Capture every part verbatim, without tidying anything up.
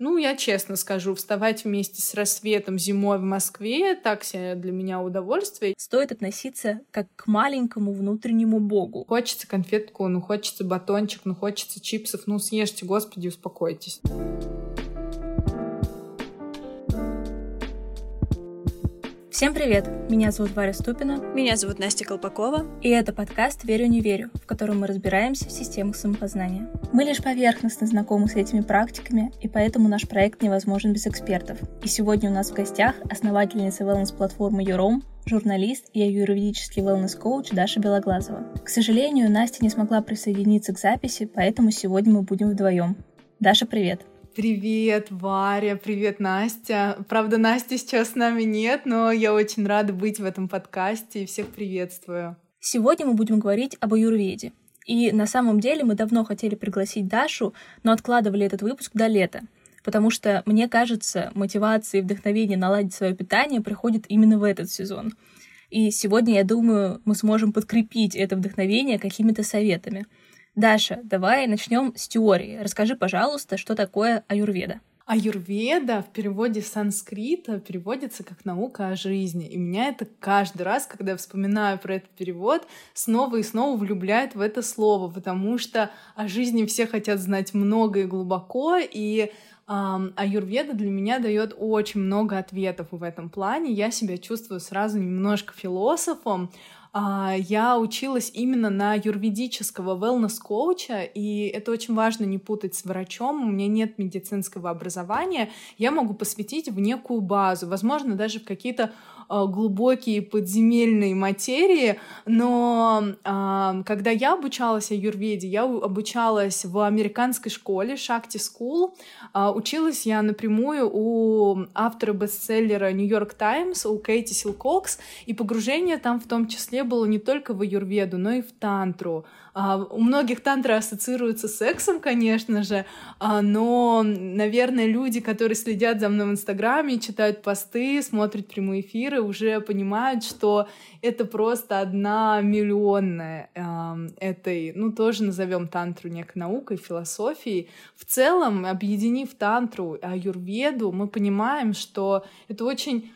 Ну, я честно скажу, вставать вместе с рассветом зимой в Москве — так себе для меня удовольствие. Стоит относиться как к маленькому внутреннему богу. Хочется конфетку, ну, хочется батончик, ну, хочется чипсов, ну, съешьте, господи, успокойтесь. Всем привет! Меня зовут Варя Ступина. Меня зовут Настя Колпакова. И это подкаст «Верю, не верю», в котором мы разбираемся в системах самопознания. Мы лишь поверхностно знакомы с этими практиками, и поэтому наш проект невозможен без экспертов. И сегодня у нас в гостях основательница wellness-платформы Юром, журналист и аюрведический wellness-коуч Даша Белоглазова. К сожалению, Настя не смогла присоединиться к записи, поэтому сегодня мы будем вдвоем. Даша, привет! Привет, Варя, привет, Настя. Правда, Насти сейчас с нами нет, но я очень рада быть в этом подкасте и всех приветствую. Сегодня мы будем говорить об аюрведе. И на самом деле мы давно хотели пригласить Дашу, но откладывали этот выпуск до лета, потому что, мне кажется, мотивация и вдохновение наладить свое питание приходит именно в этот сезон. И сегодня, я думаю, мы сможем подкрепить это вдохновение какими-то советами. Даша, давай начнем с теории. Расскажи, пожалуйста, что такое аюрведа. Аюрведа в переводе с санскрита переводится как «наука о жизни». И меня это каждый раз, когда я вспоминаю про этот перевод, снова и снова влюбляет в это слово, потому что о жизни все хотят знать много и глубоко, и Um, аюрведа для меня дает очень много ответов в этом плане. Я себя чувствую сразу немножко философом. Uh, я училась именно на аюрведического wellness-коуча, и это очень важно не путать с врачом. У меня нет медицинского образования. Я могу посвятить в некую базу, возможно, даже в какие-то uh, глубокие подземельные материи, но uh, когда я обучалась аюрведе, я обучалась в американской школе Shakti School. Uh, Училась я напрямую у автора бестселлера New York Times, у Кейти Силкокс, и погружение там в том числе было не только в аюрведу, но и в тантру. Uh, у многих тантра ассоциируется с сексом, конечно же, uh, но, наверное, люди, которые следят за мной в Инстаграме, читают посты, смотрят прямые эфиры, уже понимают, что это просто одна миллионная uh, этой, ну, тоже назовем тантру некой наукой, философией. В целом, объединив тантру и аюрведу, мы понимаем, что это очень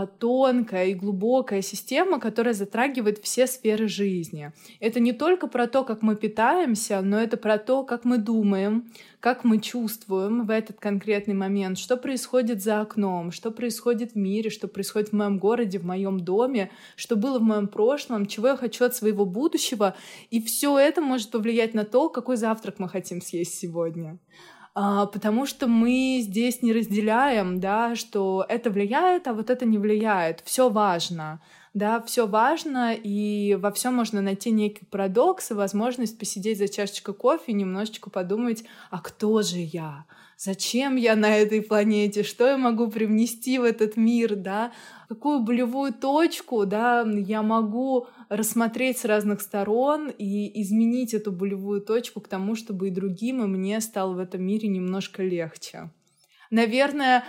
тонкая и глубокая система, которая затрагивает все сферы жизни. Это не только про то, как мы питаемся, но это про то, как мы думаем, как мы чувствуем в этот конкретный момент, что происходит за окном, что происходит в мире, что происходит в моем городе, в моем доме, что было в моем прошлом, чего я хочу от своего будущего. И все это может повлиять на то, какой завтрак мы хотим съесть сегодня. Uh, потому что мы здесь не разделяем, да, что это влияет, а вот это не влияет. Все важно, да, все важно, и во всем можно найти некий парадокс и возможность посидеть за чашечкой кофе и немножечко подумать, а кто же я? Зачем я на этой планете? Что я могу привнести в этот мир, да? Какую болевую точку, да, я могу рассмотреть с разных сторон и изменить эту болевую точку к тому, чтобы и другим, и мне стало в этом мире немножко легче. Наверное,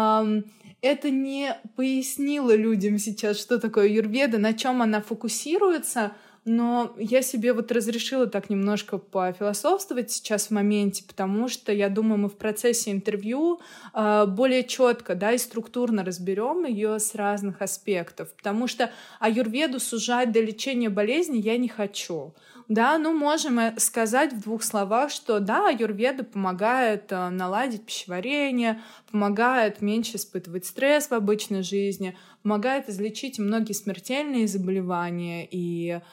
это не пояснило людям сейчас, что такое аюрведа, на чем она фокусируется, но я себе вот разрешила так немножко пофилософствовать сейчас в моменте, потому что я думаю, мы в процессе интервью э, более четко, да, и структурно разберем ее с разных аспектов, потому что аюрведу сужать до лечения болезни я не хочу. Да, ну можем сказать в двух словах, что да, аюрведа помогает э, наладить пищеварение, помогает меньше испытывать стресс в обычной жизни, помогает излечить многие смертельные заболевания. И э,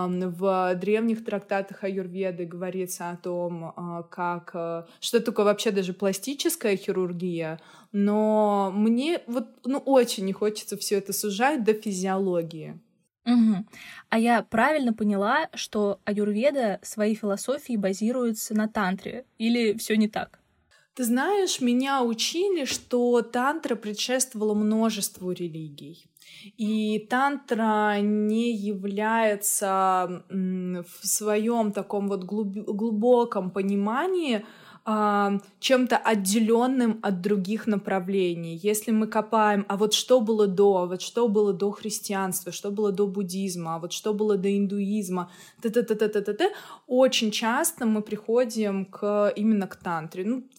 в древних трактатах аюрведы говорится о том, э, как, э, что такое вообще даже пластическая хирургия. Но мне вот, ну, очень не хочется все это сужать до физиологии. Угу. А я правильно поняла, что аюрведа своей философией базируется на тантре? Или все не так? Ты знаешь, меня учили, что тантра предшествовала множеству религий. И тантра не является в своем таком вот глубоком понимании чем-то отделенным от других направлений. Если мы копаем, а вот что было до, а вот что было до христианства, что было до буддизма, а вот что было до индуизма, т-т-т-т-т-т, очень часто мы приходим к, именно к тантре. Ну,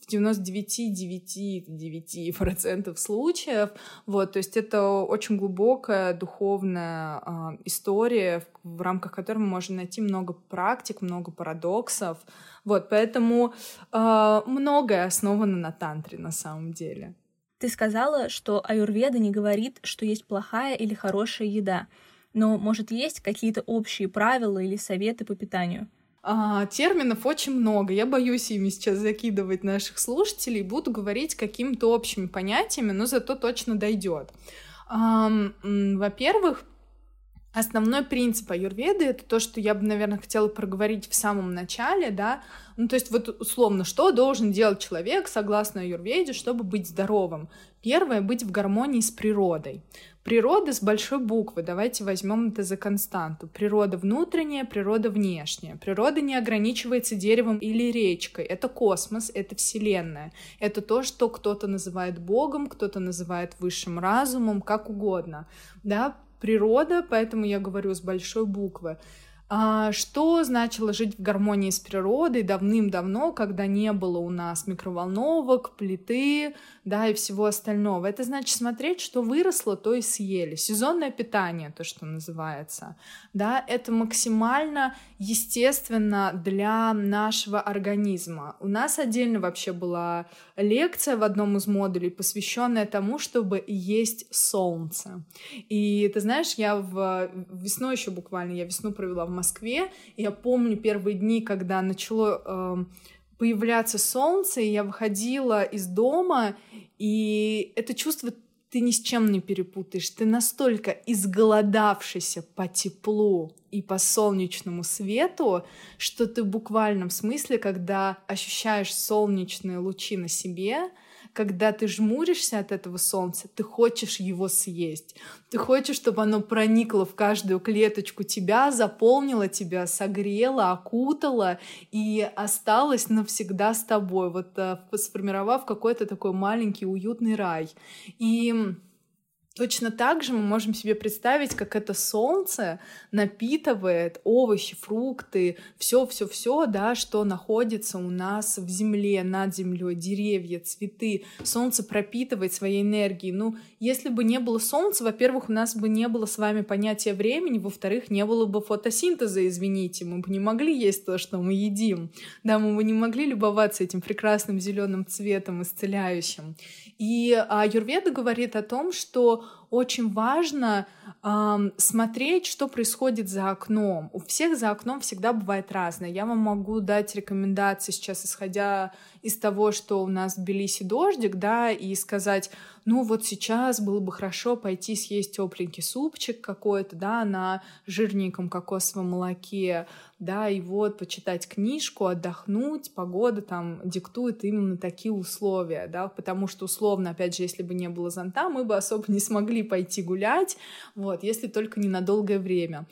в девяносто девять целых девять десятых девять процента случаев. Вот, то есть это очень глубокая духовная э, история, в, в рамках которой мы можем найти много практик, много парадоксов. Вот, поэтому э, многое основано на тантре на самом деле. Ты сказала, что аюрведа не говорит, что есть плохая или хорошая еда. Но, может, есть какие-то общие правила или советы по питанию? А, терминов очень много. Я боюсь ими сейчас закидывать наших слушателей. Буду говорить какими-то общими понятиями, но зато точно дойдет. А, во-первых, основной принцип аюрведы — это то, что я бы, наверное, хотела проговорить в самом начале, да, ну, то есть вот условно, что должен делать человек, согласно аюрведе, чтобы быть здоровым? Первое — быть в гармонии с природой. Природа с большой буквы, давайте возьмем это за константу. Природа внутренняя, природа внешняя. Природа не ограничивается деревом или речкой. Это космос, это вселенная. Это то, что кто-то называет Богом, кто-то называет высшим разумом, как угодно, да, природа, поэтому я говорю с большой буквы. А что значило жить в гармонии с природой давным-давно, когда не было у нас микроволновок, плиты, да, и всего остального? Это значит смотреть, что выросло, то и съели. Сезонное питание, то, что называется, да, это максимально естественно для нашего организма. У нас отдельно вообще была лекция в одном из модулей, посвященная тому, чтобы есть солнце. И ты знаешь, я в весной еще буквально, я весну провела в Москве, и я помню первые дни, когда начало э, появляться солнце, и я выходила из дома, и это чувство ты ни с чем не перепутаешь. Ты настолько изголодавшийся по теплу и по солнечному свету, что ты в буквальном смысле, когда ощущаешь солнечные лучи на себе, когда ты жмуришься от этого солнца, ты хочешь его съесть. Ты хочешь, чтобы оно проникло в каждую клеточку тебя, заполнило тебя, согрело, окутало и осталось навсегда с тобой, вот сформировав какой-то такой маленький уютный рай. И точно так же мы можем себе представить, как это солнце напитывает овощи, фрукты, все-все-все, да, что находится у нас в земле, над землей, деревья, цветы. Солнце пропитывает своей энергией. Ну, если бы не было солнца, во-первых, у нас бы не было с вами понятия времени, во-вторых, не было бы фотосинтеза, извините, мы бы не могли есть то, что мы едим. Да, мы бы не могли любоваться этим прекрасным зеленым цветом, исцеляющим. И аюрведа говорит о том, что очень важно э, смотреть, что происходит за окном. У всех за окном всегда бывает разное. Я вам могу дать рекомендации сейчас, исходя из того, что у нас в Тбилиси дождик, да, и сказать, ну вот сейчас было бы хорошо пойти съесть тепленький супчик какой-то, да, на жирненьком кокосовом молоке, да, и вот почитать книжку, отдохнуть, погода там диктует именно такие условия, да, потому что условно, опять же, если бы не было зонта, мы бы особо не смогли пойти гулять, вот, если только не на долгое время.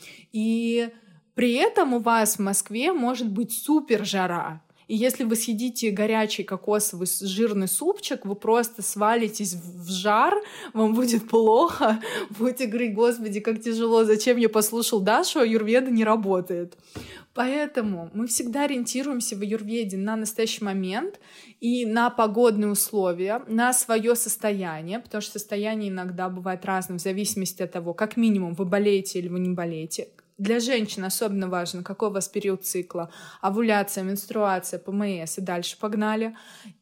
И при этом у вас в Москве может быть супер жара. И если вы съедите горячий кокосовый жирный супчик, вы просто свалитесь в жар, вам будет плохо, будете говорить, господи, как тяжело, зачем я послушал Дашу, аюрведа не работает. Поэтому мы всегда ориентируемся в аюрведе на настоящий момент и на погодные условия, на свое состояние, потому что состояние иногда бывает разным в зависимости от того, как минимум вы болеете или вы не болеете. Для женщин особенно важно, какой у вас период цикла, овуляция, менструация, ПМС и дальше погнали.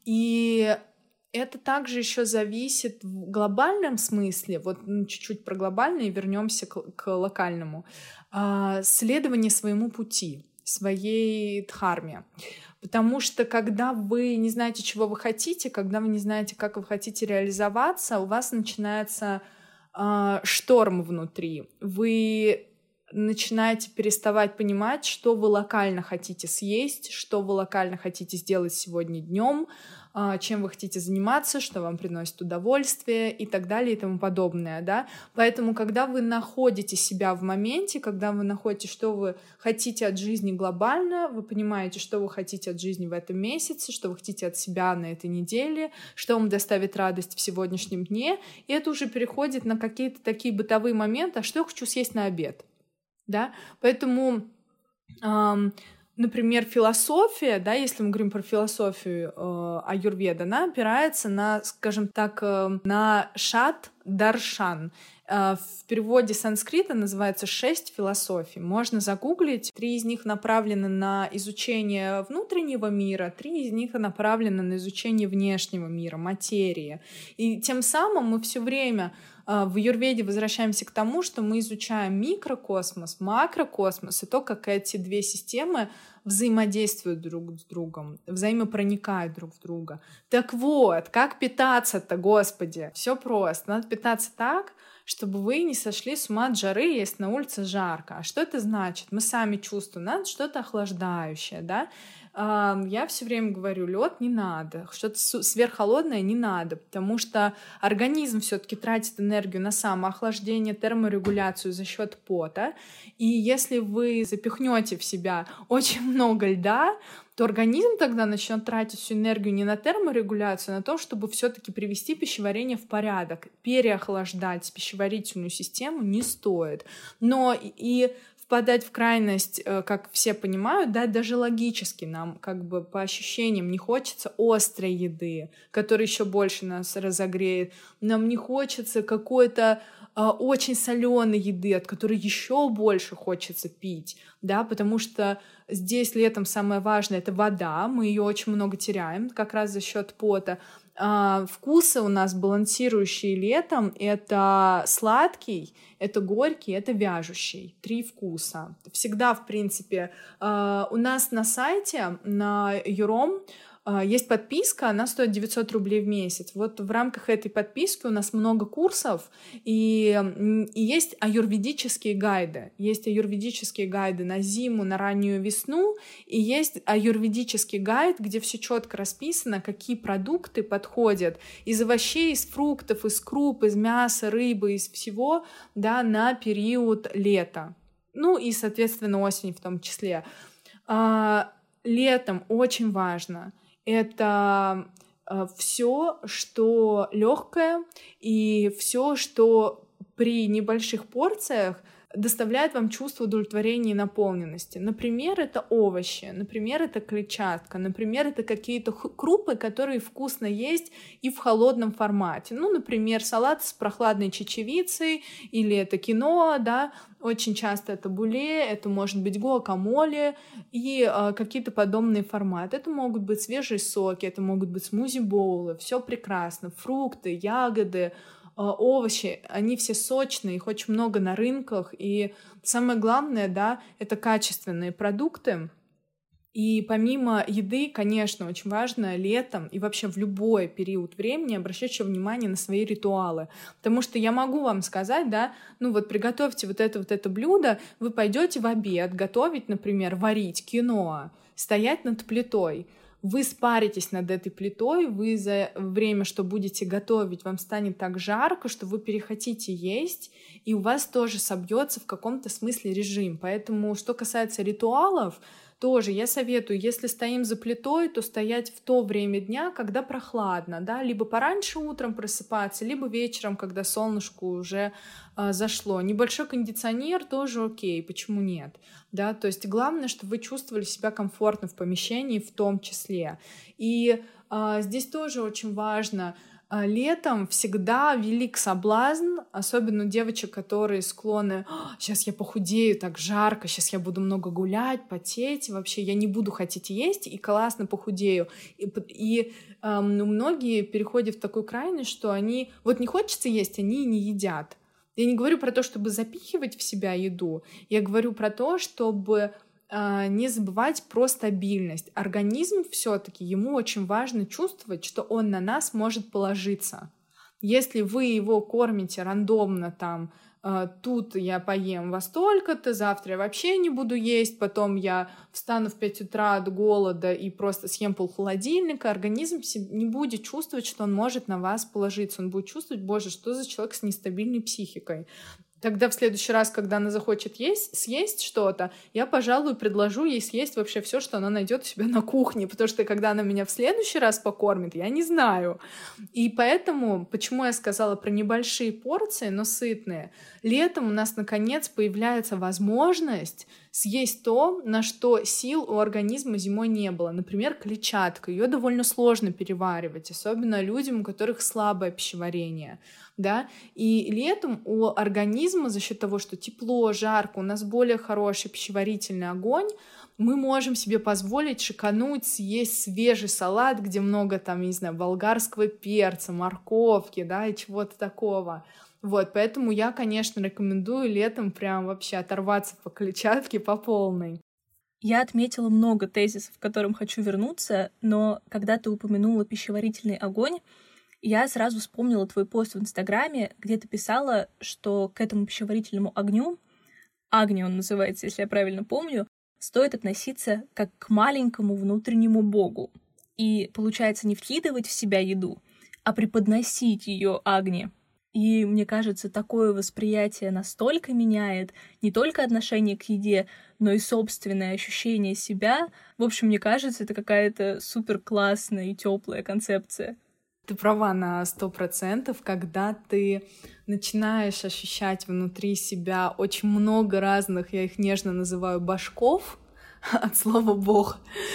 И это также еще зависит в глобальном смысле, вот чуть-чуть про глобальное, и вернемся к, к локальному, а, следование своему пути, своей дхарме. Потому что когда вы не знаете, чего вы хотите, когда вы не знаете, как вы хотите реализоваться, у вас начинается а, шторм внутри. Вы начинаете переставать понимать, что вы локально хотите съесть, что вы локально хотите сделать сегодня днем, чем вы хотите заниматься, что вам приносит удовольствие и так далее и тому подобное, да. Поэтому, когда вы находите себя в моменте, когда вы находите, что вы хотите от жизни глобально, вы понимаете, что вы хотите от жизни в этом месяце, что вы хотите от себя на этой неделе, что вам доставит радость в сегодняшнем дне, и это уже переходит на какие-то такие бытовые моменты, а что я хочу съесть на обед, да. Поэтому эм, Например, философия, да, если мы говорим про философию э, аюрведа, она опирается на, скажем так, э, на шат даршан. Э, в переводе с санскрита называется шесть философий. Можно загуглить. Три из них направлены на изучение внутреннего мира, три из них направлены на изучение внешнего мира, материи. И тем самым мы все время в аюрведе возвращаемся к тому, что мы изучаем микрокосмос, макрокосмос и то, как эти две системы взаимодействуют друг с другом, взаимопроникают друг в друга. Так вот, как питаться-то, Господи? Все просто. Надо питаться так, чтобы вы не сошли с ума от жары, если на улице жарко. А что это значит? Мы сами чувствуем, надо что-то охлаждающее, да? Я все время говорю, лед не надо, что-то сверххолодное не надо, потому что организм все-таки тратит энергию на самоохлаждение, терморегуляцию за счет пота. И если вы запихнете в себя очень много льда, то организм тогда начнет тратить всю энергию не на терморегуляцию, а на то, чтобы все-таки привести пищеварение в порядок. Переохлаждать пищеварительную систему не стоит. Но и впадать в крайность, как все понимают, да, даже логически нам, как бы по ощущениям, не хочется острой еды, которая еще больше нас разогреет. Нам не хочется какой-то э, очень соленой еды, от которой еще больше хочется пить, да, потому что здесь летом самое важное — это вода, мы ее очень много теряем, как раз за счет пота. А, вкусы у нас балансирующие летом — это сладкий, это горький, это вяжущий. Три вкуса. Всегда, в принципе, а, у нас на сайте, на Юром, есть подписка, она стоит девятьсот рублей в месяц. Вот в рамках этой подписки у нас много курсов, и, и есть аюрведические гайды. Есть аюрведические гайды на зиму, на раннюю весну, и есть аюрведический гайд, где все четко расписано, какие продукты подходят из овощей, из фруктов, из круп, из мяса, рыбы, из всего, да, на период лета. Ну и, соответственно, осени в том числе. А, летом очень важно — это э, все, что легкое, и все, что при небольших порциях доставляет вам чувство удовлетворения и наполненности. Например, это овощи, например, это клетчатка, например, это какие-то крупы, которые вкусно есть и в холодном формате. Ну, например, салат с прохладной чечевицей, или это киноа, да, очень часто это буле, это может быть гуакамоле и э, какие-то подобные форматы. Это могут быть свежие соки, это могут быть смузи-боулы, все прекрасно, фрукты, ягоды, овощи, они все сочные, их очень много на рынках, и самое главное, да, это качественные продукты. И помимо еды, конечно, очень важно летом и вообще в любой период времени обращать еще внимание на свои ритуалы. Потому что я могу вам сказать, да, ну вот приготовьте вот это вот это блюдо, вы пойдете в обед готовить, например, варить киноа, стоять над плитой. Вы спаритесь над этой плитой, вы за время, что будете готовить, вам станет так жарко, что вы перехотите есть, и у вас тоже собьется в каком-то смысле режим. Поэтому, что касается ритуалов, тоже я советую, если стоим за плитой, то стоять в то время дня, когда прохладно, да, либо пораньше утром просыпаться, либо вечером, когда солнышко уже э, зашло. Небольшой кондиционер тоже окей, почему нет, да, то есть главное, чтобы вы чувствовали себя комфортно в помещении в том числе. И э, здесь тоже очень важно. Летом всегда велик соблазн, особенно у девочек, которые склонны: сейчас я похудею, так жарко, сейчас я буду много гулять, потеть, вообще я не буду хотеть есть и классно похудею. И, и э, многие переходят в такую крайность, что они вот не хочется есть, они и не едят. Я не говорю про то, чтобы запихивать в себя еду, я говорю про то, чтобы не забывать про стабильность. Организм все-таки, ему очень важно чувствовать, что он на нас может положиться. Если вы его кормите рандомно, там, тут я поем во столько-то, завтра я вообще не буду есть, потом я встану в пять утра от голода и просто съем полхолодильника, организм не будет чувствовать, что он может на вас положиться. Он будет чувствовать: боже, что за человек с нестабильной психикой. Тогда в следующий раз, когда она захочет есть, съесть что-то, я, пожалуй, предложу ей съесть вообще все, что она найдет у себя на кухне, потому что когда она меня в следующий раз покормит, я не знаю. И поэтому, почему я сказала про небольшие порции, но сытные, летом у нас, наконец, появляется возможность съесть то, на что сил у организма зимой не было. Например, клетчатка. Ее довольно сложно переваривать, особенно людям, у которых слабое пищеварение. Да? И летом у организма за счет того, что тепло, жарко, у нас более хороший пищеварительный огонь, мы можем себе позволить шикануть, съесть свежий салат, где много там, не знаю, болгарского перца, морковки, да, и чего-то такого. Вот, поэтому я, конечно, рекомендую летом прям вообще оторваться по клетчатке по полной. Я отметила много тезисов, к которым хочу вернуться, но когда ты упомянула пищеварительный огонь, я сразу вспомнила твой пост в Инстаграме, где ты писала, что к этому пищеварительному огню, Агни он называется, если я правильно помню, стоит относиться как к маленькому внутреннему богу. И, получается, не вкидывать в себя еду, а преподносить ее Агни. И мне кажется, такое восприятие настолько меняет не только отношение к еде, но и собственное ощущение себя. В общем, мне кажется, это какая-то супер классная и теплая концепция. Ты права на сто процентов, когда ты начинаешь ощущать внутри себя очень много разных, я их нежно называю, башков, от слова «бог».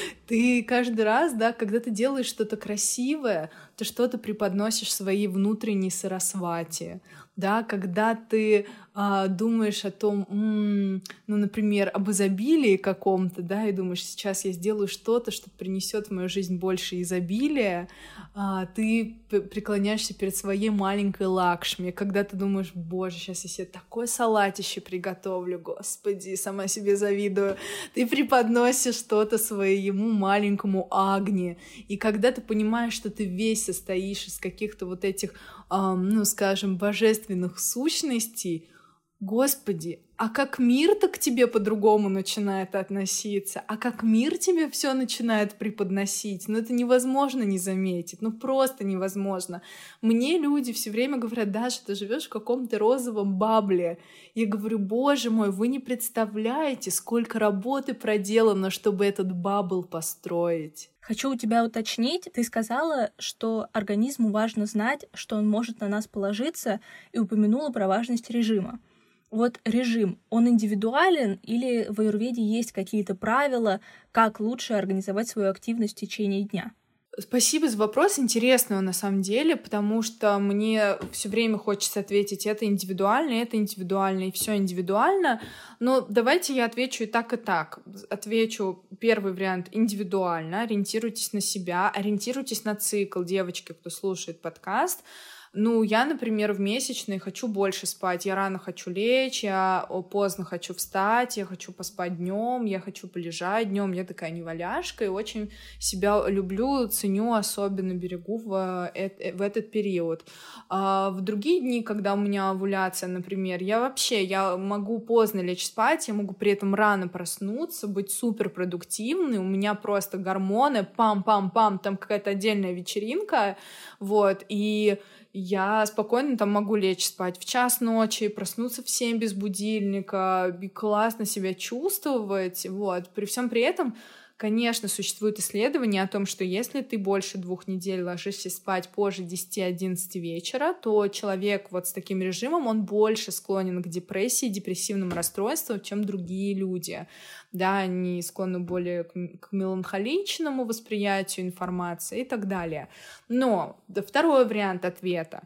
Ты каждый раз, да, когда ты делаешь что-то красивое, ты что-то преподносишь своей внутренней сарасвати, да, когда ты а, думаешь о том, м-м, ну, например, об изобилии каком-то, да, и думаешь, сейчас я сделаю что-то, что принесет в мою жизнь больше изобилия, а, ты преклоняешься перед своей маленькой Лакшми, когда ты думаешь, боже, сейчас я себе такое салатище приготовлю, господи, сама себе завидую, ты преподносишь что-то своему маленькому Агни, и когда ты понимаешь, что ты весь состоишь из каких-то вот этих, эм, ну, скажем, божественных сущностей, Господи, а как мир-то к тебе по-другому начинает относиться, а как мир тебе все начинает преподносить, ну это невозможно не заметить, ну просто невозможно. Мне люди все время говорят, Даша, ты живешь в каком-то розовом бабле. Я говорю, боже мой, вы не представляете, сколько работы проделано, чтобы этот бабл построить. Хочу у тебя уточнить, ты сказала, что организму важно знать, что он может на нас положиться, и упомянула про важность режима. Вот режим, он индивидуален или в аюрведе есть какие-то правила, как лучше организовать свою активность в течение дня? Спасибо за вопрос, интересный он на самом деле, потому что мне все время хочется ответить, это индивидуально, это индивидуально, и все индивидуально. Но давайте я отвечу и так, и так. Отвечу первый вариант индивидуально, ориентируйтесь на себя, ориентируйтесь на цикл, девочки, кто слушает подкаст. Ну, я, например, в месячные хочу больше спать. Я рано хочу лечь, я поздно хочу встать, я хочу поспать днем, я хочу полежать днем. Я такая неваляшка и очень себя люблю, ценю, особенно берегу в, в этот период. А в другие дни, когда у меня овуляция, например, я вообще, я могу поздно лечь спать, я могу при этом рано проснуться, быть суперпродуктивной, у меня просто гормоны, пам-пам-пам, там какая-то отдельная вечеринка, вот, и я спокойно там могу лечь спать в час ночи, проснуться в семь без будильника, и классно себя чувствовать, вот. При всем при этом, конечно, существуют исследования о том, что если ты больше двух недель ложишься спать позже десяти-одиннадцати вечера, то человек вот с таким режимом, он больше склонен к депрессии, депрессивным расстройствам, чем другие люди. Да, они склонны более к, к меланхоличному восприятию информации и так далее. Но да, второй вариант ответа.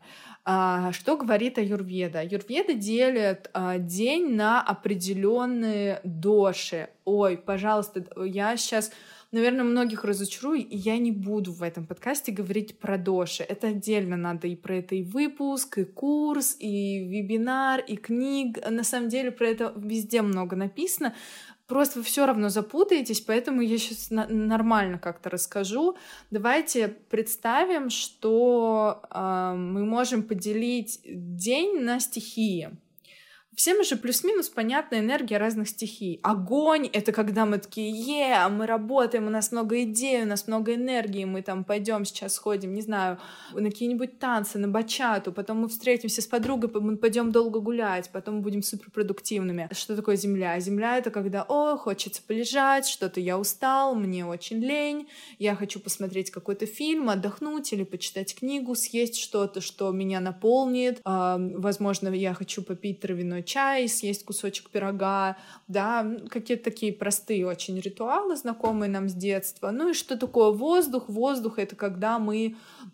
А, что говорит аюрведа? Аюрведа делит а, день на определенные доши. Ой, пожалуйста, я сейчас, наверное, многих разочарую, и я не буду в этом подкасте говорить про доши. Это отдельно надо и про это и выпуск, и курс, и вебинар, и книг. На самом деле про это везде много написано. Просто вы все равно запутаетесь, поэтому я сейчас на- нормально как-то расскажу. Давайте представим, что э, мы можем поделить день на стихии. Всем же плюс-минус понятна энергия разных стихий. Огонь — это когда мы такие, е, мы работаем, у нас много идей, у нас много энергии, мы там пойдем сейчас сходим, не знаю, на какие-нибудь танцы, на бачату, потом мы встретимся с подругой, мы пойдем долго гулять, потом мы будем суперпродуктивными. Что такое земля? Земля — это когда, о, хочется полежать, что-то я устал, мне очень лень, я хочу посмотреть какой-то фильм, отдохнуть или почитать книгу, съесть что-то, что меня наполнит, возможно, я хочу попить травяной чай, съесть кусочек пирога, да, какие-то такие простые очень ритуалы, знакомые нам с детства. Ну и что такое воздух? Воздух — это когда мы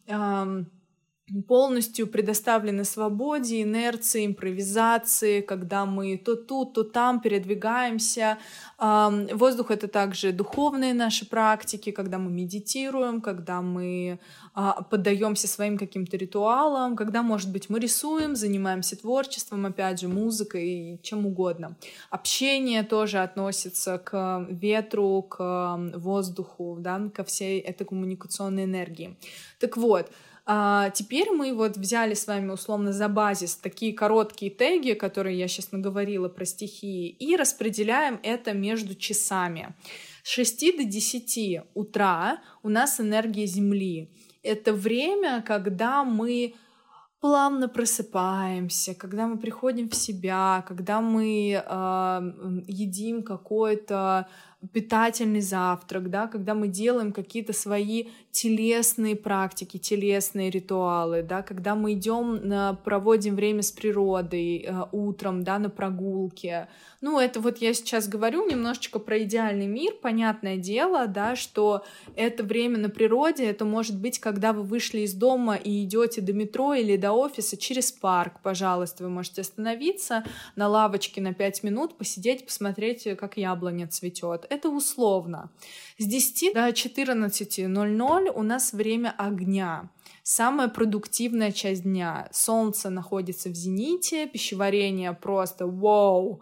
эм, полностью предоставлены свободе, инерции, импровизации, когда мы то тут, то там передвигаемся. Воздух — это также духовные наши практики, когда мы медитируем, когда мы поддаемся своим каким-то ритуалам, когда, может быть, мы рисуем, занимаемся творчеством, опять же, музыкой и чем угодно. Общение тоже относится к ветру, к воздуху, да, ко всей этой коммуникационной энергии. Так вот, А теперь мы вот взяли с вами условно за базис такие короткие теги, которые я сейчас наговорила про стихии, и распределяем это между часами. С шести до десяти утра у нас энергия Земли. Это время, когда мы плавно просыпаемся, когда мы приходим в себя, когда мы э, едим какой-то питательный завтрак, да, когда мы делаем какие-то свои телесные практики, телесные ритуалы, да, когда мы идем, проводим время с природой э, утром, да, на прогулке. Ну, это вот я сейчас говорю немножечко про идеальный мир, понятное дело, да, что это время на природе, это может быть, когда вы вышли из дома и идете до метро или до офиса через парк, пожалуйста, вы можете остановиться на лавочке на пять минут, посидеть, посмотреть, как яблоня цветет. Это условно. С десяти до четырнадцати ноль-ноль у нас время огня. Самая продуктивная часть дня. Солнце находится в зените, пищеварение просто вау,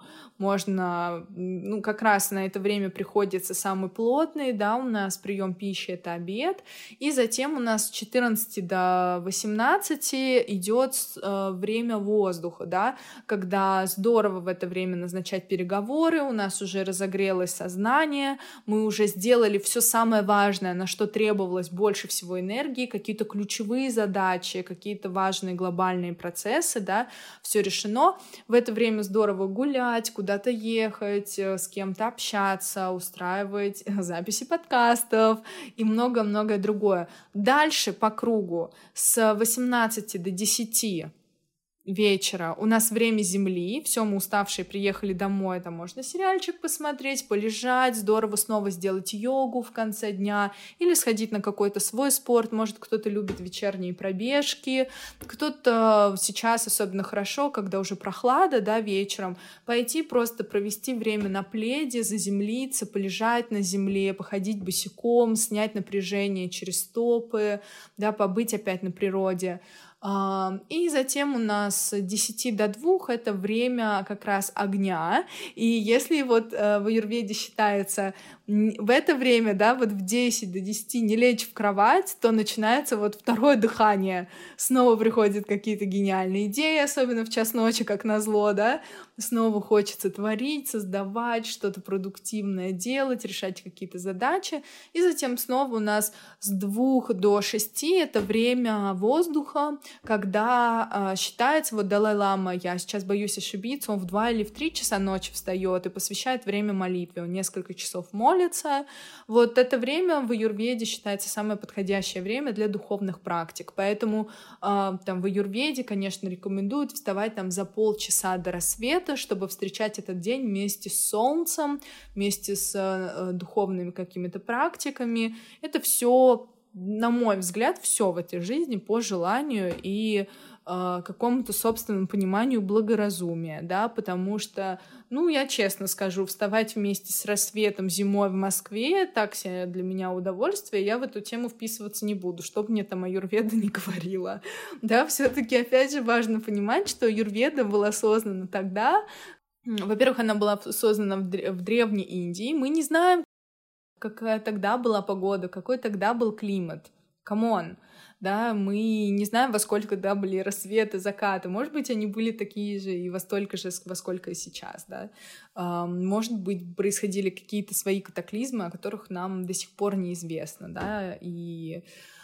можно, ну, как раз на это время приходится самый плотный, да, у нас прием пищи — это обед, и затем у нас с четырнадцати до восемнадцати идет э, время воздуха, да, когда здорово в это время назначать переговоры, у нас уже разогрелось сознание, мы уже сделали все самое важное, на что требовалось больше всего энергии, какие-то ключевые задачи, какие-то важные глобальные процессы, да, все решено. В это время здорово гулять, куда-то ехать, с кем-то общаться, устраивать записи подкастов и много-многое другое. Дальше по кругу с восемнадцати до десяти вечера у нас время Земли, все, мы уставшие приехали домой, там можно сериальчик посмотреть, полежать, здорово снова сделать йогу в конце дня или сходить на какой-то свой спорт, может, кто-то любит вечерние пробежки, кто-то сейчас особенно хорошо, когда уже прохлада, да, вечером, пойти просто провести время на пледе, заземлиться, полежать на земле, походить босиком, снять напряжение через стопы, да, побыть опять на природе. И затем у нас с десяти до двух это время как раз огня. И если вот в аюрведе считается в это время, да, вот в десять до десяти не лечь в кровать, то начинается вот второе дыхание. Снова приходят какие-то гениальные идеи, особенно в час ночи, как назло, да. Снова хочется творить, создавать, что-то продуктивное делать, решать какие-то задачи. И затем снова у нас с двух до шести это время воздуха, когда э, считается, вот Далай-лама, я сейчас боюсь ошибиться, он в два или в три часа ночи встает и посвящает время молитве, он несколько часов молится. Вот это время в аюрведе считается самое подходящее время для духовных практик, поэтому э, там в аюрведе, конечно, рекомендуют вставать там за полчаса до рассвета, чтобы встречать этот день вместе с солнцем, вместе с э, духовными какими-то практиками. Это все, на мой взгляд, все в этой жизни по желанию и э, какому-то собственному пониманию благоразумия, да, потому что, ну, я честно скажу, вставать вместе с рассветом зимой в Москве так себе для меня удовольствие, я в эту тему вписываться не буду, что бы мне там аюрведа не говорила, да, все-таки опять же важно понимать, что аюрведа была создана тогда, во-первых, она была создана в Древней Индии, мы не знаем, какая тогда была погода, какой тогда был климат. Камон, да, мы не знаем, во сколько тогда были рассветы, закаты. Может быть, они были такие же и во столько же, во сколько и сейчас, да. Может быть, происходили какие-то свои катаклизмы, о которых нам до сих пор неизвестно, да, и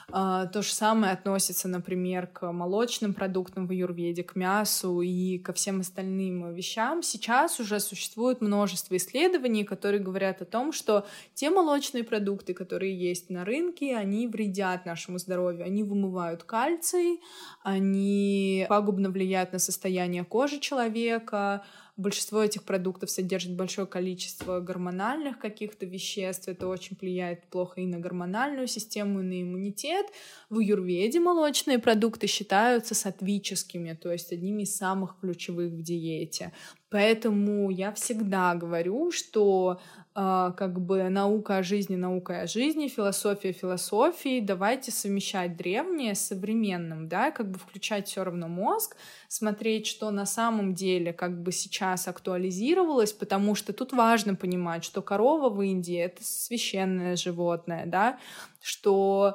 То же самое относится, например, к молочным продуктам в аюрведе, к мясу и ко всем остальным вещам. Сейчас уже существует множество исследований, которые говорят о том, что те молочные продукты, которые есть на рынке, они вредят нашему здоровью. Они вымывают кальций, они пагубно влияют на состояние кожи человека. Большинство этих продуктов содержит большое количество гормональных каких-то веществ. Это очень влияет плохо и на гормональную систему, и на иммунитет. В аюрведе молочные продукты считаются сатвическими, то есть одними из самых ключевых в диете. Поэтому я всегда говорю, что э, как бы наука о жизни, наука о жизни, философия философии. Давайте совмещать древнее с современным, да, как бы включать все равно мозг, смотреть, что на самом деле как бы сейчас актуализировалось, потому что тут важно понимать, что корова в Индии — это священное животное, да, что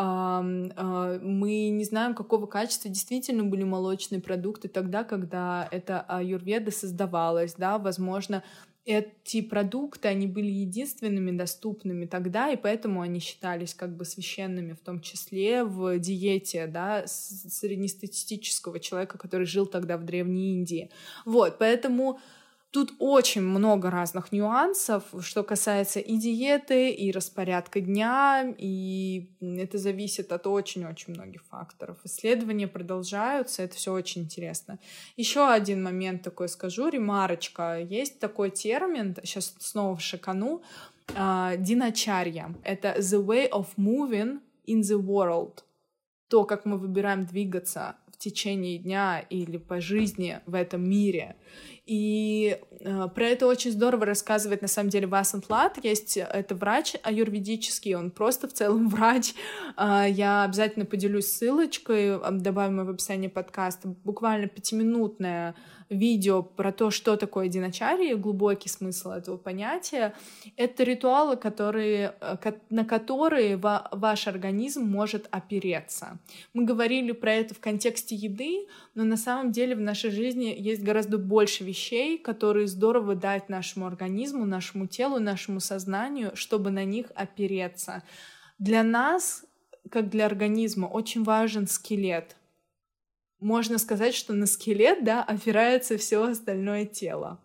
мы не знаем, какого качества действительно были молочные продукты тогда, когда эта аюрведа создавалась, да, возможно, эти продукты, они были единственными доступными тогда, и поэтому они считались как бы священными, в том числе в диете, да, среднестатистического человека, который жил тогда в Древней Индии. Вот, поэтому тут очень много разных нюансов, что касается и диеты, и распорядка дня, и это зависит от очень-очень многих факторов. Исследования продолжаются, это все очень интересно. Еще один момент такой скажу, ремарочка. Есть такой термин, сейчас снова шикану, диначарья. Это the way of moving in the world. То, как мы выбираем двигаться в течение дня или по жизни в этом мире. И э, про это очень здорово рассказывает, на самом деле, Васант Лад. Есть, это врач аюрведический, он просто в целом врач. Э, я обязательно поделюсь ссылочкой, добавим в описание подкаста. Буквально пятиминутное видео про то, что такое диначарья, глубокий смысл этого понятия. Это ритуалы, которые, на которые ва- ваш организм может опереться. Мы говорили про это в контексте еды, но на самом деле в нашей жизни есть гораздо больше вещей, которые здорово дать нашему организму, нашему телу, нашему сознанию, чтобы на них опереться. Для нас, как для организма, очень важен скелет. Можно сказать, что на скелет, да, опирается все остальное тело.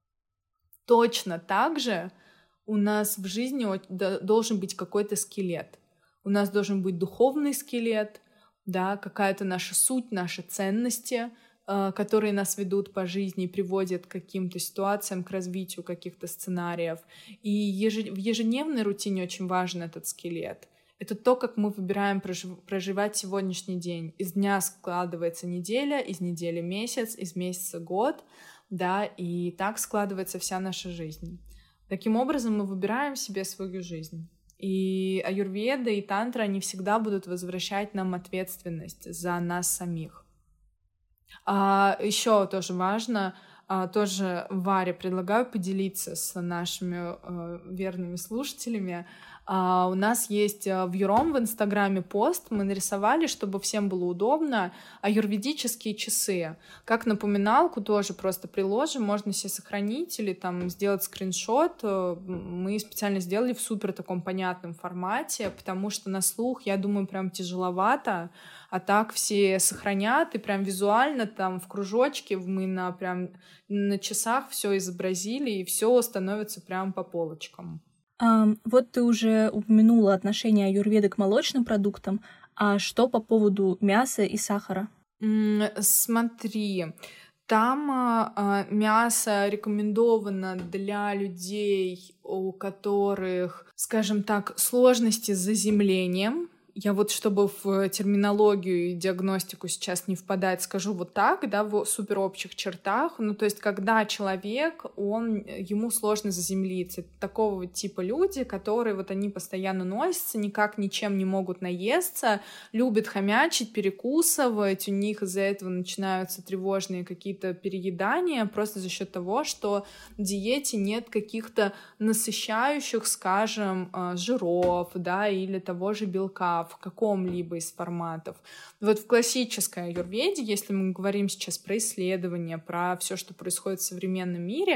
Точно так же у нас в жизни должен быть какой-то скелет. У нас должен быть духовный скелет, да, какая-то наша суть, наши ценности, которые нас ведут по жизни и приводят к каким-то ситуациям, к развитию каких-то сценариев. И в ежедневной рутине очень важен этот скелет. Это то, как мы выбираем прожив- проживать сегодняшний день. Из дня складывается неделя, из недели месяц, из месяца год, да, и так складывается вся наша жизнь. Таким образом мы выбираем себе свою жизнь. И аюрведа и тантра, они всегда будут возвращать нам ответственность за нас самих. А еще тоже важно, а, тоже Варе предлагаю поделиться с нашими а, верными слушателями. Uh, у нас есть uh, в Юром в Инстаграме пост, мы нарисовали, чтобы всем было удобно, аюрведические часы. Как напоминалку тоже просто приложим, можно себе сохранить или там сделать скриншот. Мы специально сделали в супер таком понятном формате, потому что на слух, я думаю, прям тяжеловато, а так все сохранят, и прям визуально там в кружочке мы на, прям, на часах все изобразили, и все становится прям по полочкам. Um, вот ты уже упомянула отношение аюрведы к молочным продуктам, а что по поводу мяса и сахара? Mm, смотри, там а, мясо рекомендовано для людей, у которых, скажем так, сложности с заземлением. Я вот, чтобы в терминологию и диагностику сейчас не впадать, скажу вот так, да, в супер общих чертах. Ну, то есть, когда человек, он, ему сложно заземлиться. Такого типа люди, которые вот они постоянно носятся, никак ничем не могут наесться, любят хомячить, перекусывать, у них из-за этого начинаются тревожные какие-то переедания, просто за счет того, что в диете нет каких-то насыщающих, скажем, жиров, да, или того же белка в каком-либо из форматов. Вот в классической аюрведе, если мы говорим сейчас про исследования, про все, что происходит в современном мире,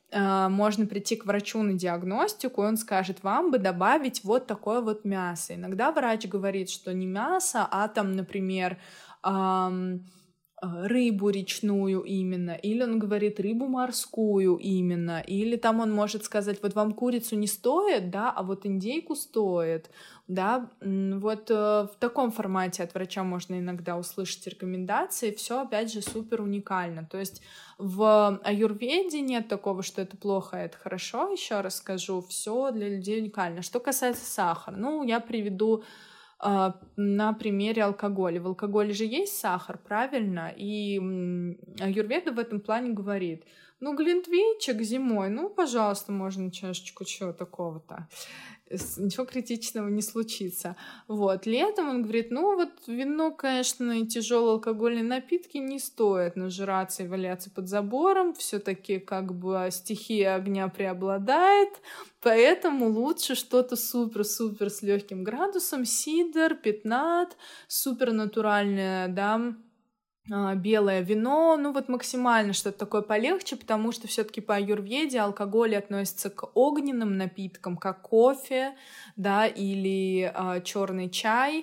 можно прийти к врачу на диагностику, и он скажет, вам бы добавить вот такое вот мясо. Иногда врач говорит, что не мясо, а там, например, эм, рыбу речную именно, или он говорит рыбу морскую именно, или там он может сказать, вот вам курицу не стоит, да, а вот индейку стоит, да, вот в таком формате от врача можно иногда услышать рекомендации, все опять же супер уникально, то есть в аюрведе нет такого, что это плохо, а это хорошо, еще раз скажу, все для людей уникально. Что касается сахара, ну, я приведу на примере алкоголя. В алкоголе же есть сахар, правильно? И аюрведа в этом плане говорит, ну, глинтвейнчик зимой, ну, пожалуйста, можно чашечку, чего такого-то. Ничего критичного не случится. Вот. Летом он говорит, ну, вот вино, конечно, и тяжелые алкогольные напитки не стоит нажираться и валяться под забором. Все-таки как бы стихия огня преобладает, поэтому лучше что-то супер-супер с легким градусом. Сидр, пятнат, супер натуральное, да, белое вино, ну вот максимально что-то такое полегче, потому что все-таки по аюрведе алкоголь относится к огненным напиткам, как кофе, да, или э, черный чай,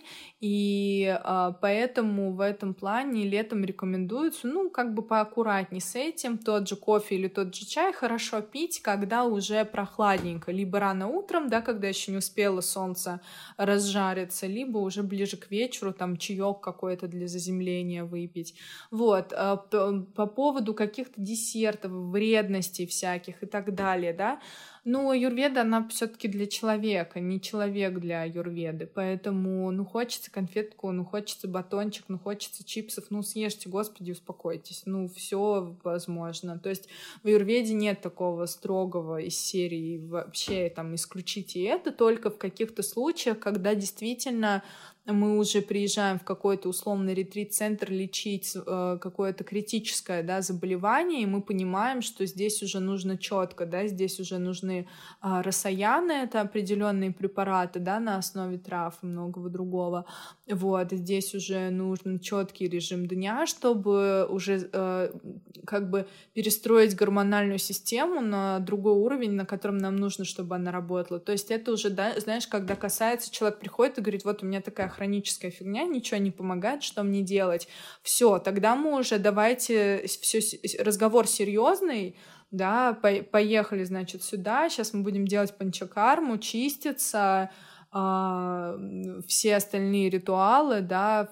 и э, поэтому в этом плане летом рекомендуется, ну, как бы поаккуратней с этим, тот же кофе или тот же чай хорошо пить, когда уже прохладненько, либо рано утром, да, когда еще не успело солнце разжариться, либо уже ближе к вечеру, там, чаек какой-то для заземления выпить. Вот, по поводу каких-то десертов, вредностей всяких и так далее, да, ну, аюрведа, она все-таки для человека, не человек для аюрведы, поэтому, ну, хочется конфетку, ну, хочется батончик, ну, хочется чипсов, ну, съешьте, господи, успокойтесь, ну, все возможно, то есть в аюрведе нет такого строгого из серии вообще, там, исключите это, только в каких-то случаях, когда действительно мы уже приезжаем в какой-то условный ретрит-центр лечить э, какое-то критическое, да, заболевание, и мы понимаем, что здесь уже нужно четко, да, здесь уже нужны э, расаяны, это определенные препараты, да, на основе трав и многого другого. Вот, здесь уже нужен четкий режим дня, чтобы уже э, как бы перестроить гормональную систему на другой уровень, на котором нам нужно, чтобы она работала. То есть это уже, да, знаешь, когда касается, человек приходит и говорит, вот у меня такая хроническая фигня, ничего не помогает, что мне делать? Все, тогда мы уже давайте все, разговор серьезный, да, по- поехали, значит, сюда, сейчас мы будем делать панчакарму, чиститься, э, все остальные ритуалы, да,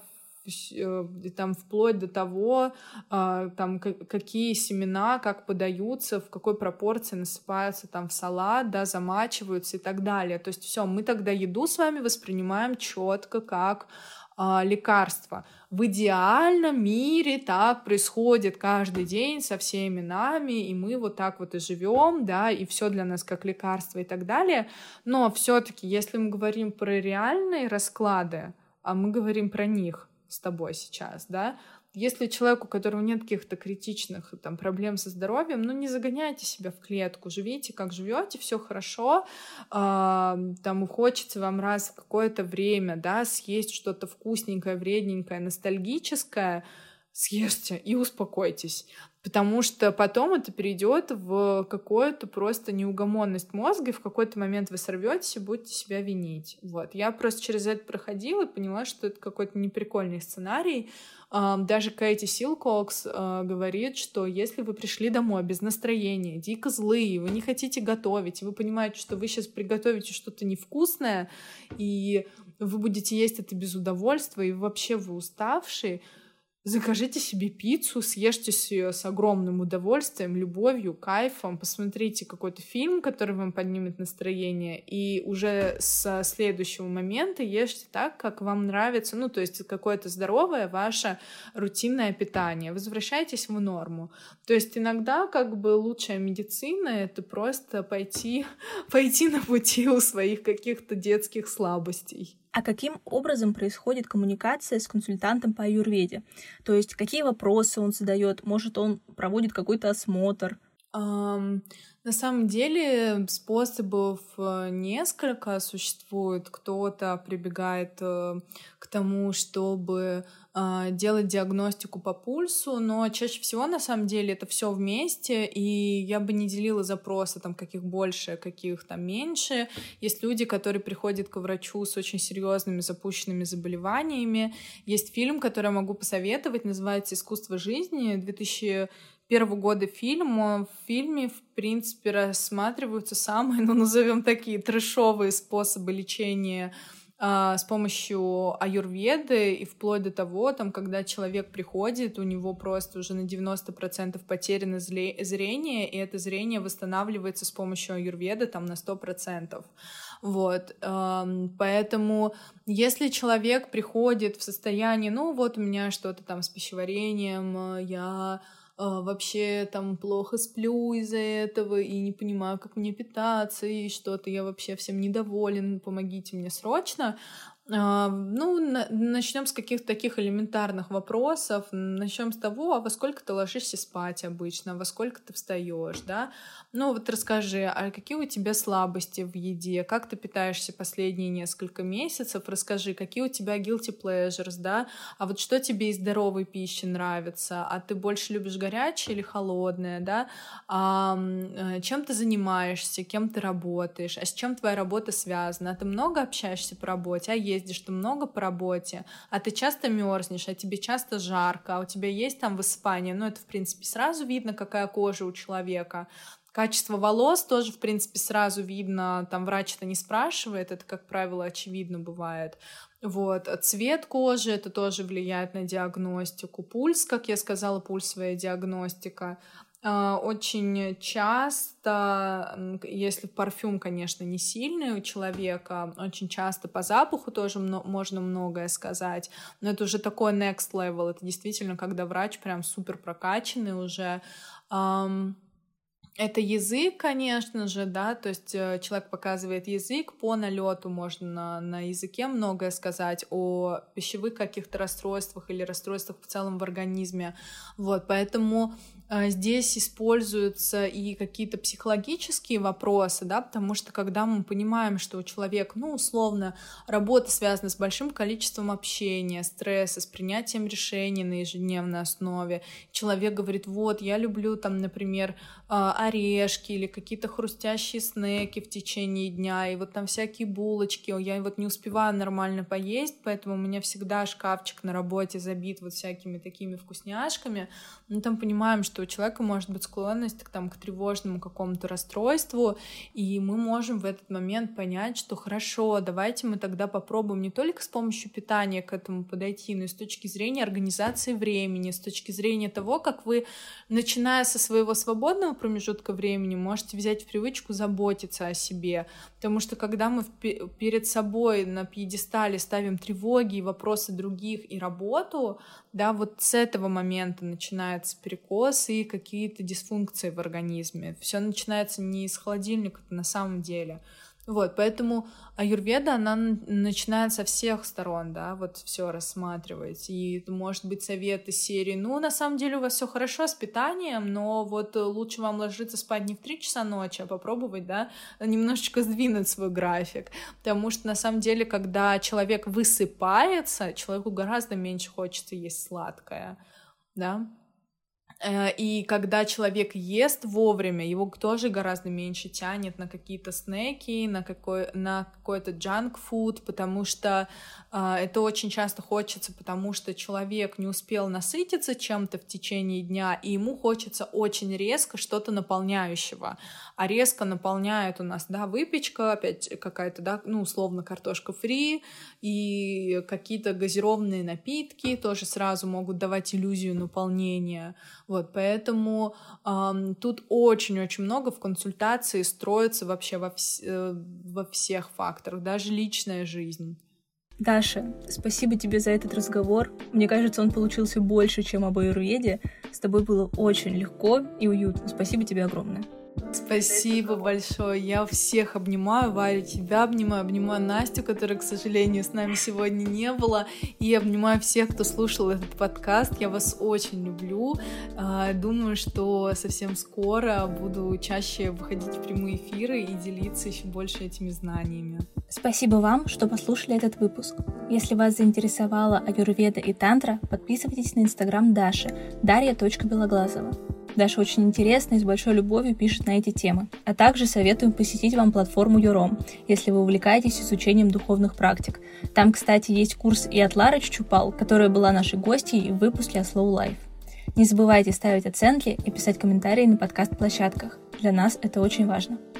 там вплоть до того, там, какие семена, как подаются, в какой пропорции насыпаются там в салат, да, замачиваются и так далее. То есть все, мы тогда еду с вами воспринимаем четко как а, лекарство. В идеальном мире так происходит каждый день со всеми нами, и мы вот так вот и живем, да, и все для нас как лекарство и так далее. Но все-таки, если мы говорим про реальные расклады, а мы говорим про них с тобой сейчас, да, если человеку, у которого нет каких-то критичных там проблем со здоровьем, ну не загоняйте себя в клетку, живите как живете, все хорошо, а, там хочется вам раз в какое-то время, да, съесть что-то вкусненькое, вредненькое, ностальгическое, съешьте и успокойтесь. Потому что потом это перейдет в какую-то просто неугомонность мозга, и в какой-то момент вы сорветесь и будете себя винить. Вот. Я просто через это проходила и поняла, что это какой-то неприкольный сценарий. Даже Кэти Силкокс говорит, что если вы пришли домой без настроения, дико злые, вы не хотите готовить, и вы понимаете, что вы сейчас приготовите что-то невкусное, и вы будете есть это без удовольствия, и вообще вы уставшие, закажите себе пиццу, съешьте ее с огромным удовольствием, любовью, кайфом, посмотрите какой-то фильм, который вам поднимет настроение, и уже с следующего момента ешьте так, как вам нравится, ну, то есть какое-то здоровое ваше рутинное питание. Возвращайтесь в норму. То есть иногда как бы лучшая медицина — это просто пойти, пойти на пути у своих каких-то детских слабостей. А каким образом происходит коммуникация с консультантом по аюрведе? То есть какие вопросы он задает? Может, он проводит какой-то осмотр? Um, На самом деле способов э, несколько существует. Кто-то прибегает э, к тому, чтобы э, делать диагностику по пульсу, но чаще всего на самом деле это все вместе, и я бы не делила запросы, там, каких больше, каких там меньше. Есть люди, которые приходят к врачу с очень серьезными запущенными заболеваниями. Есть фильм, который я могу посоветовать, называется «Искусство жизни», две тысячи первого года фильм. В фильме, в принципе, рассматриваются самые, ну, назовем такие, трэшовые способы лечения а, с помощью аюрведы, и вплоть до того, там, когда человек приходит, у него просто уже на девяносто процентов потеряно зрение, и это зрение восстанавливается с помощью аюрведы там, на сто процентов. Вот, поэтому если человек приходит в состоянии, ну вот у меня что-то там с пищеварением, я вообще там плохо сплю из-за этого и не понимаю, как мне питаться, и что-то я вообще всем недоволен, помогите мне срочно. Ну, начнем с каких-то таких элементарных вопросов. Начнем с того, а во сколько ты ложишься спать обычно, во сколько ты встаешь, да? Ну, вот расскажи, а какие у тебя слабости в еде, как ты питаешься последние несколько месяцев, расскажи, какие у тебя guilty pleasures, да? А вот что тебе из здоровой пищи нравится? А ты больше любишь горячее или холодное, да? А чем ты занимаешься, кем ты работаешь, а с чем твоя работа связана? А ты много общаешься по работе, а ездишь ты много по работе, а ты часто мерзнешь, а тебе часто жарко, а у тебя есть там высыпание, ну это в принципе сразу видно, какая кожа у человека. Качество волос тоже, в принципе, сразу видно, там врач это не спрашивает, это, как правило, очевидно бывает. Вот. Цвет кожи, это тоже влияет на диагностику. Пульс, как я сказала, пульсовая диагностика. Очень часто, если парфюм, конечно, не сильный у человека, очень часто по запаху тоже можно многое сказать, но это уже такой next level, это действительно, когда врач прям супер прокачанный уже. Это язык, конечно же, да, то есть человек показывает язык, по налету можно на, на языке многое сказать о пищевых каких-то расстройствах или расстройствах в целом в организме, вот, поэтому э, здесь используются и какие-то психологические вопросы, да, потому что когда мы понимаем, что у человека, ну, условно, работа связана с большим количеством общения, стресса, с принятием решений на ежедневной основе, человек говорит, вот, я люблю, там, например, орешки или какие-то хрустящие снеки в течение дня, и вот там всякие булочки, я вот не успеваю нормально поесть, поэтому у меня всегда шкафчик на работе забит вот всякими такими вкусняшками. Мы там понимаем, что у человека может быть склонность к, там, к тревожному какому-то расстройству, и мы можем в этот момент понять, что хорошо, давайте мы тогда попробуем не только с помощью питания к этому подойти, но и с точки зрения организации времени, с точки зрения того, как вы, начиная со своего свободного промежутка времени, можете взять в привычку заботиться о себе, потому что когда мы перед собой на пьедестале ставим тревоги и вопросы других и работу, да, вот с этого момента начинается перекос и какие-то дисфункции в организме. Все начинается не из холодильника на самом деле. Вот, поэтому аюрведа, она начинает со всех сторон, да, вот все рассматривать, и это может быть совет из серии, ну, на самом деле у вас все хорошо с питанием, но вот лучше вам ложиться спать не в три часа ночи, а попробовать, да, немножечко сдвинуть свой график, потому что на самом деле, когда человек высыпается, человеку гораздо меньше хочется есть сладкое, да. И когда человек ест вовремя, его тоже гораздо меньше тянет на какие-то снеки, на, какой, на какой-то джанк-фуд, потому что э, это очень часто хочется, потому что человек не успел насытиться чем-то в течение дня, и ему хочется очень резко что-то наполняющего. А резко наполняет у нас, да, выпечка, опять какая-то, да, ну, условно, картошка фри, и какие-то газированные напитки тоже сразу могут давать иллюзию наполнения. Вот, поэтому эм, тут очень-очень много в консультации строится вообще во, вс- э, во всех факторах, даже личная жизнь. Даша, спасибо тебе за этот разговор. Мне кажется, он получился больше, чем об аюрведе. С тобой было очень легко и уютно. Спасибо тебе огромное. Спасибо большое. Я всех обнимаю, Варя, тебя обнимаю, обнимаю Настю, которой, к сожалению, с нами сегодня не было, и обнимаю всех, кто слушал этот подкаст. Я вас очень люблю. Думаю, что совсем скоро буду чаще выходить в прямые эфиры и делиться еще больше этими знаниями. Спасибо вам, что послушали этот выпуск. Если вас заинтересовала аюрведа и тантра, подписывайтесь на инстаграм Даши, дарья точка белоглазова. Даша очень интересно и с большой любовью пишет на эти темы. А также советуем посетить вам платформу Юром, если вы увлекаетесь изучением духовных практик. Там, кстати, есть курс и от Лары Чучупал, которая была нашей гостьей в выпуске о Slow Life. Не забывайте ставить оценки и писать комментарии на подкаст-площадках. Для нас это очень важно.